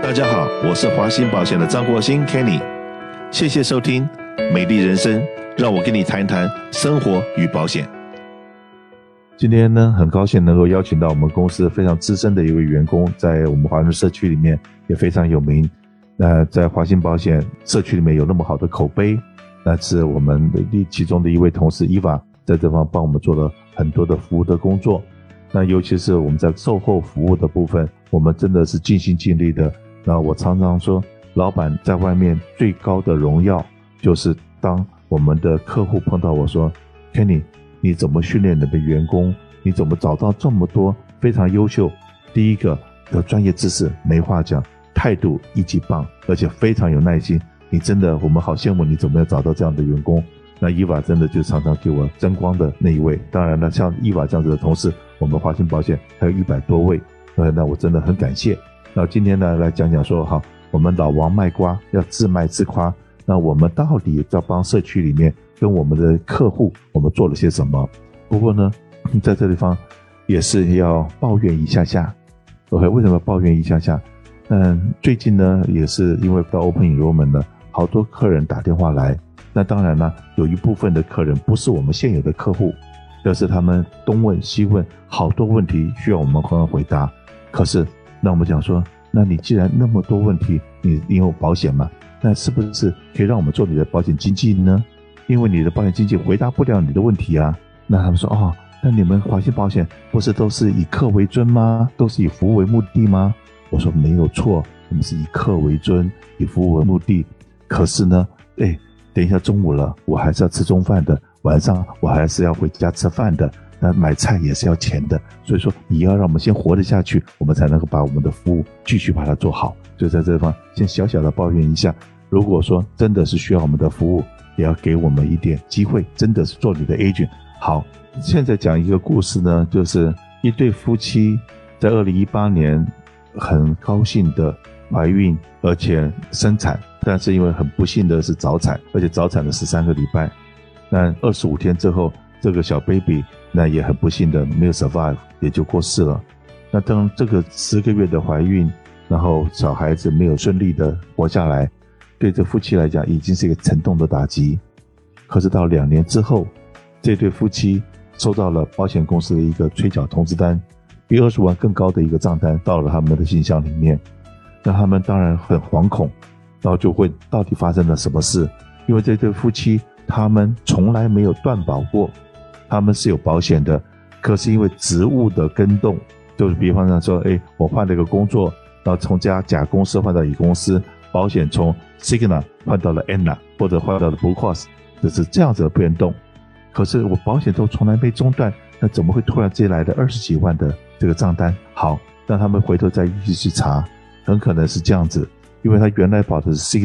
大家好，我是华兴保险的张国兴 Kenny， 谢谢收听美丽人生，让我跟你谈谈生活与保险。今天呢，很高兴能够邀请到我们公司非常资深的一位员工，在我们华人社区里面也非常有名。在华兴保险社区里面有那么好的口碑，那是我们其中的一位同事伊娃在这方帮我们做了很多的服务的工作。那尤其是我们在售后服务的部分，我们真的是尽心尽力的。那我常常说，老板在外面最高的荣耀，就是当我们的客户碰到我说 Kenny， 你怎么训练你的员工？你怎么找到这么多非常优秀？第一个有专业知识没话讲，态度一级棒，而且非常有耐心。你真的，我们好羡慕你怎么样找到这样的员工。那伊娃真的就常常给我争光的那一位。当然了，像伊娃这样子的同事，我们华兴保险还有100多位。那我真的很感谢。那今天呢，来讲讲说，好，我们老王卖瓜要自卖自夸。那我们到底在帮社区里面跟我们的客户，我们做了些什么？不过呢，在这地方也是要抱怨一下下。为什么抱怨一下下？最近呢，也是因为到 Open Enrollment 了，好多客人打电话来。那当然呢，有一部分的客人不是我们现有的客户，但是他们东问西问，好多问题需要我们帮他回答。可是那我们讲说，那你既然那么多问题，你有保险吗？那是不是可以让我们做你的保险经纪呢？因为你的保险经纪回答不了你的问题啊。那他们说，那你们华兴保险不是都是以客为尊吗？都是以服务为目的吗？我说没有错，我们是以客为尊，以服务为目的。可是呢，等一下中午了，我还是要吃中饭的，晚上我还是要回家吃饭的，那买菜也是要钱的。所以说你要让我们先活得下去，我们才能够把我们的服务继续把它做好。所以在这地方先小小的抱怨一下，如果说真的是需要我们的服务，也要给我们一点机会，真的是做你的 agent。 好，现在讲一个故事呢，就是一对夫妻在2018年很高兴的怀孕，而且生产，但是因为很不幸的是早产，而且早产了13个礼拜。那25天之后，这个小 baby 那也很不幸的没有 survive， 也就过世了。那当这个10个月的怀孕，然后小孩子没有顺利的活下来，对这夫妻来讲已经是一个沉重的打击。可是到2年之后，这对夫妻收到了保险公司的一个催缴通知单，比20万更高的一个账单到了他们的信箱里面。那他们当然很惶恐，然后就问到底发生了什么事。因为这对夫妻他们从来没有断保过，他们是有保险的，可是因为职务的更动，就是比方说我换了一个工作，然后从甲公司换到乙公司，保险从 Cigna 换到了 Aetna 或者换到了 Blue Cross， 就是这样子的变动。可是我保险都从来没中断，那怎么会突然接来的20几万的这个账单？好，让他们回头再一起去查，很可能是这样子。因为他原来保的是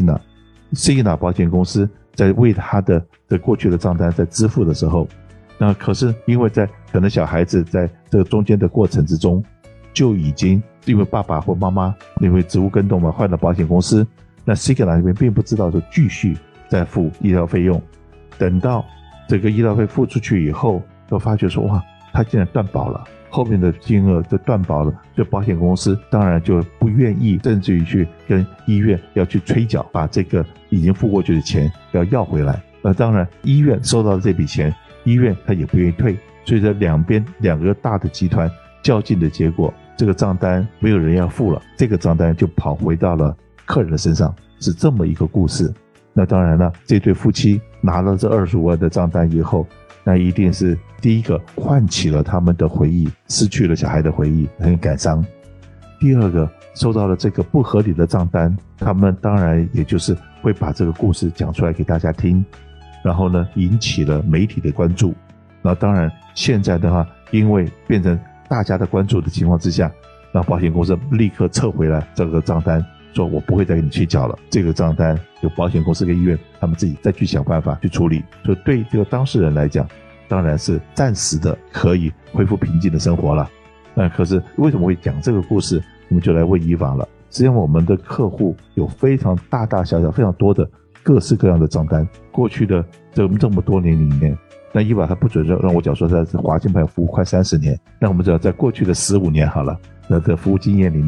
Cigna 保险公司在为他的过去的账单在支付的时候，那可是因为在可能小孩子在这个中间的过程之中，就已经因为爸爸或妈妈因为职务更动嘛换了保险公司，那 Cigna 那边并不知道就继续在付医疗费用。等到这个医疗费付出去以后，就发觉说，哇，他竟然断保了，后面的金额就断保了，所以保险公司当然就不愿意，甚至于去跟医院要去催缴，把这个已经付过去的钱要回来。当然医院收到的这笔钱，医院他也不愿意退，所以在两个大的集团较劲的结果，这个账单没有人要付了，这个账单就跑回到了客人的身上，是这么一个故事。那当然了，这对夫妻拿了这25万的账单以后，那一定是第一个唤起了他们的回忆，失去了小孩的回忆，很感伤。第二个，收到了这个不合理的账单，他们当然也就是会把这个故事讲出来给大家听，然后呢引起了媒体的关注。那当然现在的话，因为变成大家的关注的情况之下，那保险公司立刻撤回了这个账单，说我不会再给你催缴了，这个账单由保险公司跟医院他们自己再去想办法去处理。所以对这个当事人来讲，当然是暂时的可以恢复平静的生活了。可是为什么会讲这个故事，我们就来问伊娃了。实际上我们的客户有非常大大小小非常多的各式各样的账单，过去的这么多年里面，那伊娃他不准让我讲说他是华兴保险服务快30年，那我们知道在过去的15年好了，那这服务经验里面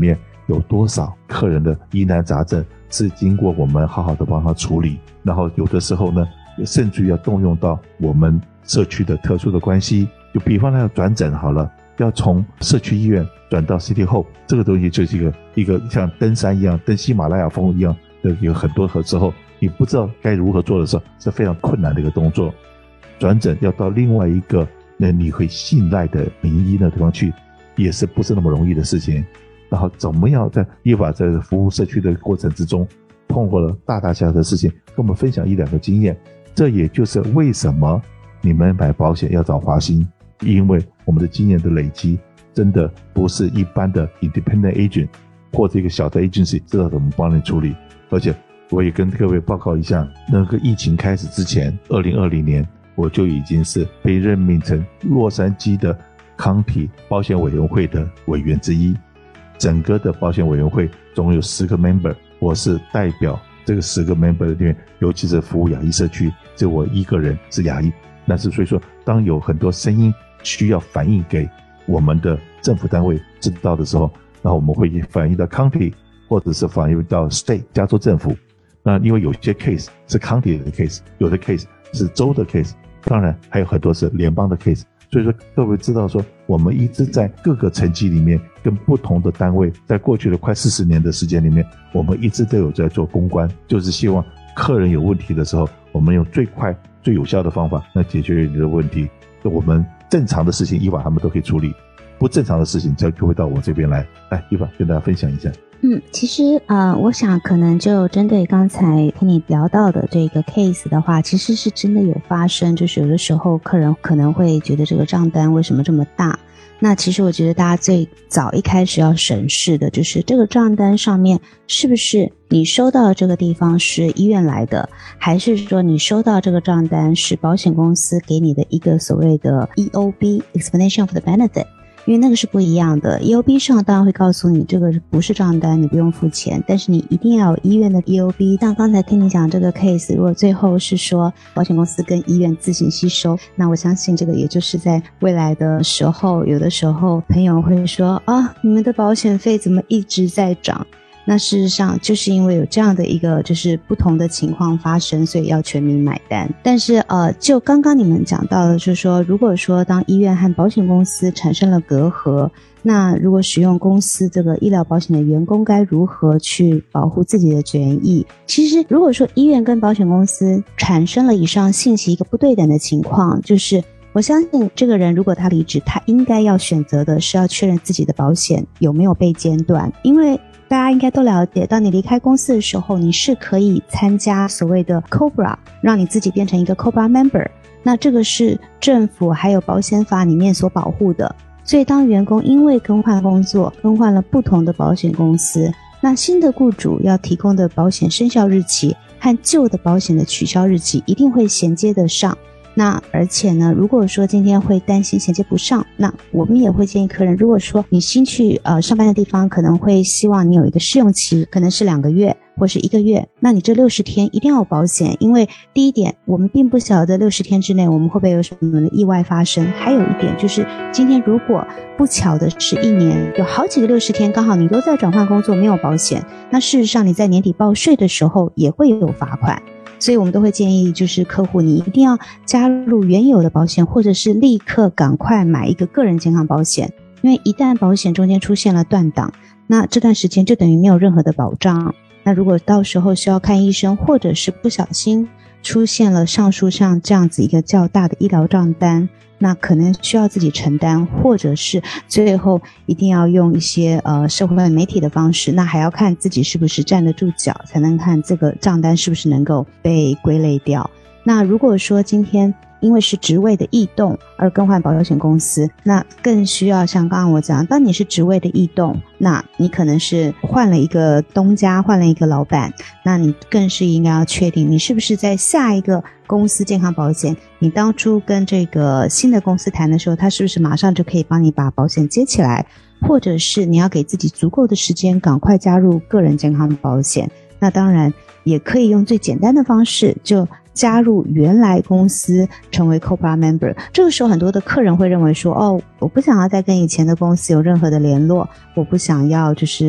有多少客人的疑难杂症是经过我们好好的帮他处理，然后有的时候呢甚至于要动用到我们社区的特殊的关系，就比方要转诊好了，要从社区医院转到 City Hall， 这个东西就是一个像登山一样，登喜马拉雅峰一样的，有很多时候你不知道该如何做的时候是非常困难的一个动作。转诊要到另外一个你会信赖的名医的地方去，也是不是那么容易的事情。然后怎么样在依法在服务社区的过程之中碰过了大大小小的事情，跟我们分享一两个经验。这也就是为什么你们买保险要找华兴，因为我们的经验的累积真的不是一般的 independent agent 或者一个小的 agency 知道怎么帮你处理。而且我也跟各位报告一下，那个疫情开始之前2020年我就已经是被任命成洛杉矶的康体保险委员会的委员之一。整个的保险委员会总有10个 member， 我是代表这个10个 member 里面，尤其是服务亚裔社区，只有我一个人是亚裔。但是所以说当有很多声音需要反映给我们的政府单位知道的时候，然后我们会反映到 county 或者是反映到 state 加州政府。那因为有些 case 是 county 的 case， 有的 case 是州的 case， 当然还有很多是联邦的 case。所以说各位知道说我们一直在各个层级里面跟不同的单位，在过去的快40年的时间里面，我们一直都有在做公关，就是希望客人有问题的时候，我们用最快最有效的方法来解决你的问题。我们正常的事情依法他们都可以处理，不正常的事情就会到我这边来。来，依法跟大家分享一下。 其实我想可能就针对刚才跟你聊到的这个 case 的话，其实是真的有发生，就是有的时候客人可能会觉得这个账单为什么这么大。那其实我觉得大家最早一开始要审视的就是这个账单上面是不是你收到的这个地方是医院来的，还是说你收到这个账单是保险公司给你的一个所谓的 EOB Explanation of the Benefit。因为那个是不一样的， EOB 上当然会告诉你这个不是账单，你不用付钱，但是你一定要有医院的 EOB。 像刚才听你讲这个 case， 如果最后是说保险公司跟医院自行吸收，那我相信这个也就是在未来的时候，有的时候朋友会说你们的保险费怎么一直在涨。那事实上就是因为有这样的一个就是不同的情况发生，所以要全民买单。但是就刚刚你们讲到的，就是说如果说当医院和保险公司产生了隔阂，那如果使用公司这个医疗保险的员工该如何去保护自己的权益。其实如果说医院跟保险公司产生了以上信息一个不对等的情况，就是我相信这个人如果他离职，他应该要选择的是要确认自己的保险有没有被间断。因为大家应该都了解，当你离开公司的时候，你是可以参加所谓的 COBRA， 让你自己变成一个 COBRA member， 那这个是政府还有保险法里面所保护的。所以当员工因为更换工作，更换了不同的保险公司，那新的雇主要提供的保险生效日期和旧的保险的取消日期一定会衔接得上。那而且呢，如果说今天会担心衔接不上，那我们也会建议客人，如果说你新去上班的地方可能会希望你有一个试用期，可能是2个月或是1个月，那你这60天一定要有保险。因为第一点，我们并不晓得60天之内我们会不会有什么的意外发生。还有一点就是今天如果不巧的是1年有好几个60天刚好你都在转换工作没有保险，那事实上你在年底报税的时候也会有罚款。所以我们都会建议就是客户你一定要加入原有的保险，或者是立刻赶快买一个个人健康保险。因为一旦保险中间出现了断档，那这段时间就等于没有任何的保障。那如果到时候需要看医生，或者是不小心出现了上述上这样子一个较大的医疗账单，那可能需要自己承担，或者是最后一定要用一些社会媒体的方式，那还要看自己是不是站得住脚，才能看这个账单是不是能够被归类掉。那如果说今天因为是职位的异动而更换保险公司，那更需要像刚刚我讲，当你是职位的异动，那你可能是换了一个东家，换了一个老板，那你更是应该要确定你是不是在下一个公司健康保险，你当初跟这个新的公司谈的时候，他是不是马上就可以帮你把保险接起来，或者是你要给自己足够的时间赶快加入个人健康保险。那当然也可以用最简单的方式，就加入原来公司成为 COBRA member。 这个时候很多的客人会认为说我不想要再跟以前的公司有任何的联络，我不想要就是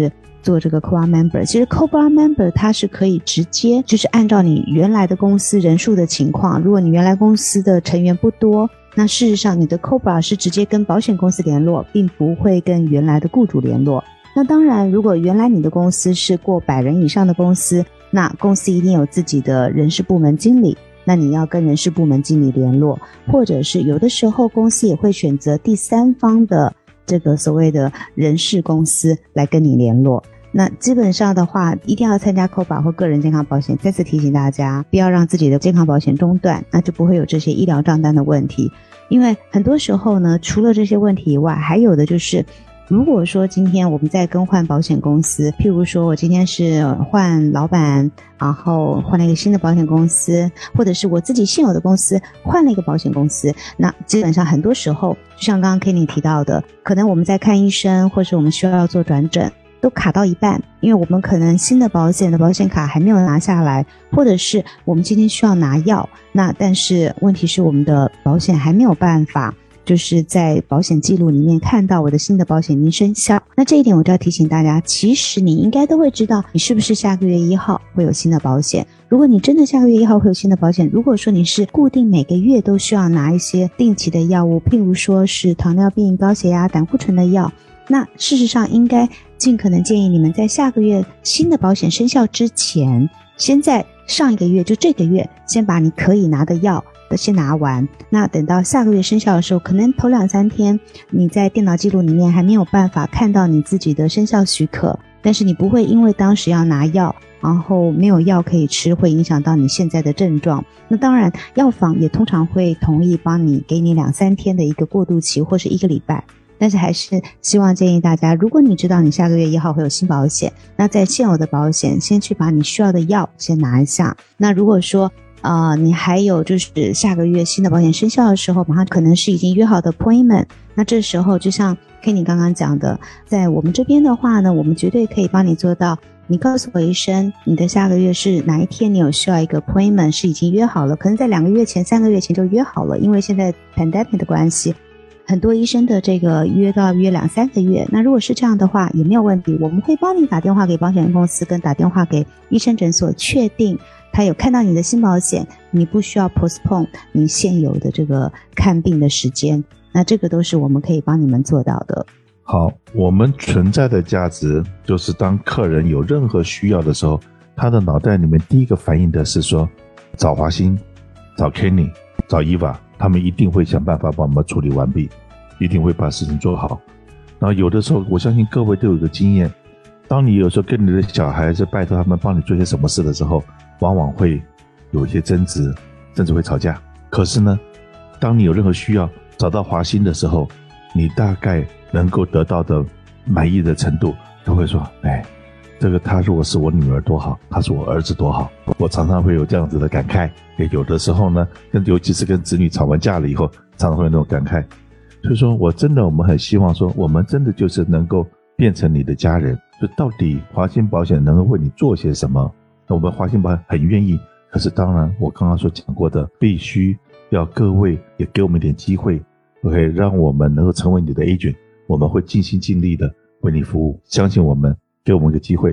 做这个 COBRA member。其实 COBRA member 它是可以直接就是按照你原来的公司人数的情况，如果你原来公司的成员不多，那事实上你的 COBRA 是直接跟保险公司联络，并不会跟原来的雇主联络。那当然如果原来你的公司是过100人以上的公司，那公司一定有自己的人事部门经理，那你要跟人事部门经理联络，或者是有的时候公司也会选择第三方的这个所谓的人事公司来跟你联络。那基本上的话一定要参加 COBRA 或个人健康保险，再次提醒大家不要让自己的健康保险中断，那就不会有这些医疗账单的问题。因为很多时候呢，除了这些问题以外，还有的就是如果说今天我们在更换保险公司，譬如说我今天是换老板，然后换了一个新的保险公司，或者是我自己现有的公司换了一个保险公司，那基本上很多时候就像刚刚 Kenny 提到的，可能我们在看医生，或者我们需要做转诊都卡到一半，因为我们可能新的保险的保险卡还没有拿下来，或者是我们今天需要拿药，那但是问题是我们的保险还没有办法就是在保险记录里面看到我的新的保险已经生效。那这一点我就要提醒大家，其实你应该都会知道你是不是下个月1号会有新的保险。如果你真的下个月1号会有新的保险，如果说你是固定每个月都需要拿一些定期的药物，譬如说是糖尿病、高血压、胆固醇的药，那事实上应该尽可能建议你们在下个月新的保险生效之前，先在上一个月就这个月先把你可以拿的药先拿完，那等到下个月生效的时候，可能头2-3天你在电脑记录里面还没有办法看到你自己的生效许可，但是你不会因为当时要拿药然后没有药可以吃会影响到你现在的症状。那当然药房也通常会同意帮你给你2-3天的一个过渡期或是1个礼拜，但是还是希望建议大家，如果你知道你下个月1号会有新保险，那在现有的保险先去把你需要的药先拿一下。那如果说你还有就是下个月新的保险生效的时候，马上可能是已经约好的 appointment， 那这时候就像 Kenny 刚刚讲的，在我们这边的话呢，我们绝对可以帮你做到，你告诉我一声你的下个月是哪一天，你有需要一个 appointment 是已经约好了，可能在2个月前、3个月前就约好了，因为现在 pandemic 的关系，很多医生的这个约2-3个月，那如果是这样的话也没有问题，我们会帮你打电话给保险公司跟打电话给医生诊所，确定他有看到你的新保险，你不需要 postpone 你现有的这个看病的时间，那这个都是我们可以帮你们做到的。 好，我们存在的价值就是当客人有任何需要的时候，他的脑袋里面第一个反应的是说找华兴、找 Kenny、找 Eva， 他们一定会想办法帮我们处理完毕，一定会把事情做好。然后有的时候我相信各位都有一个经验，当你有时候跟你的小孩子拜托他们帮你做些什么事的时候，往往会有一些争执，甚至会吵架。可是呢，当你有任何需要找到华兴的时候，你大概能够得到的满意的程度都会说，这个他如果是我女儿多好，他是我儿子多好。我常常会有这样子的感慨，有的时候呢，尤其是跟子女吵完架了以后，常常会有那种感慨。所以说我们很希望说，我们真的就是能够变成你的家人，就到底华兴保险能够为你做些什么，那我们华兴保险很愿意。可是当然我刚刚所讲过的，必须要各位也给我们一点机会， OK， 让我们能够成为你的 agent， 我们会尽心尽力的为你服务，相信我们，给我们一个机会。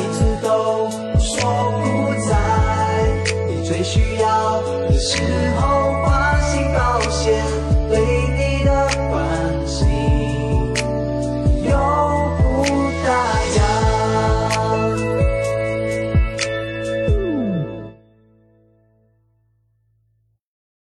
需要的时候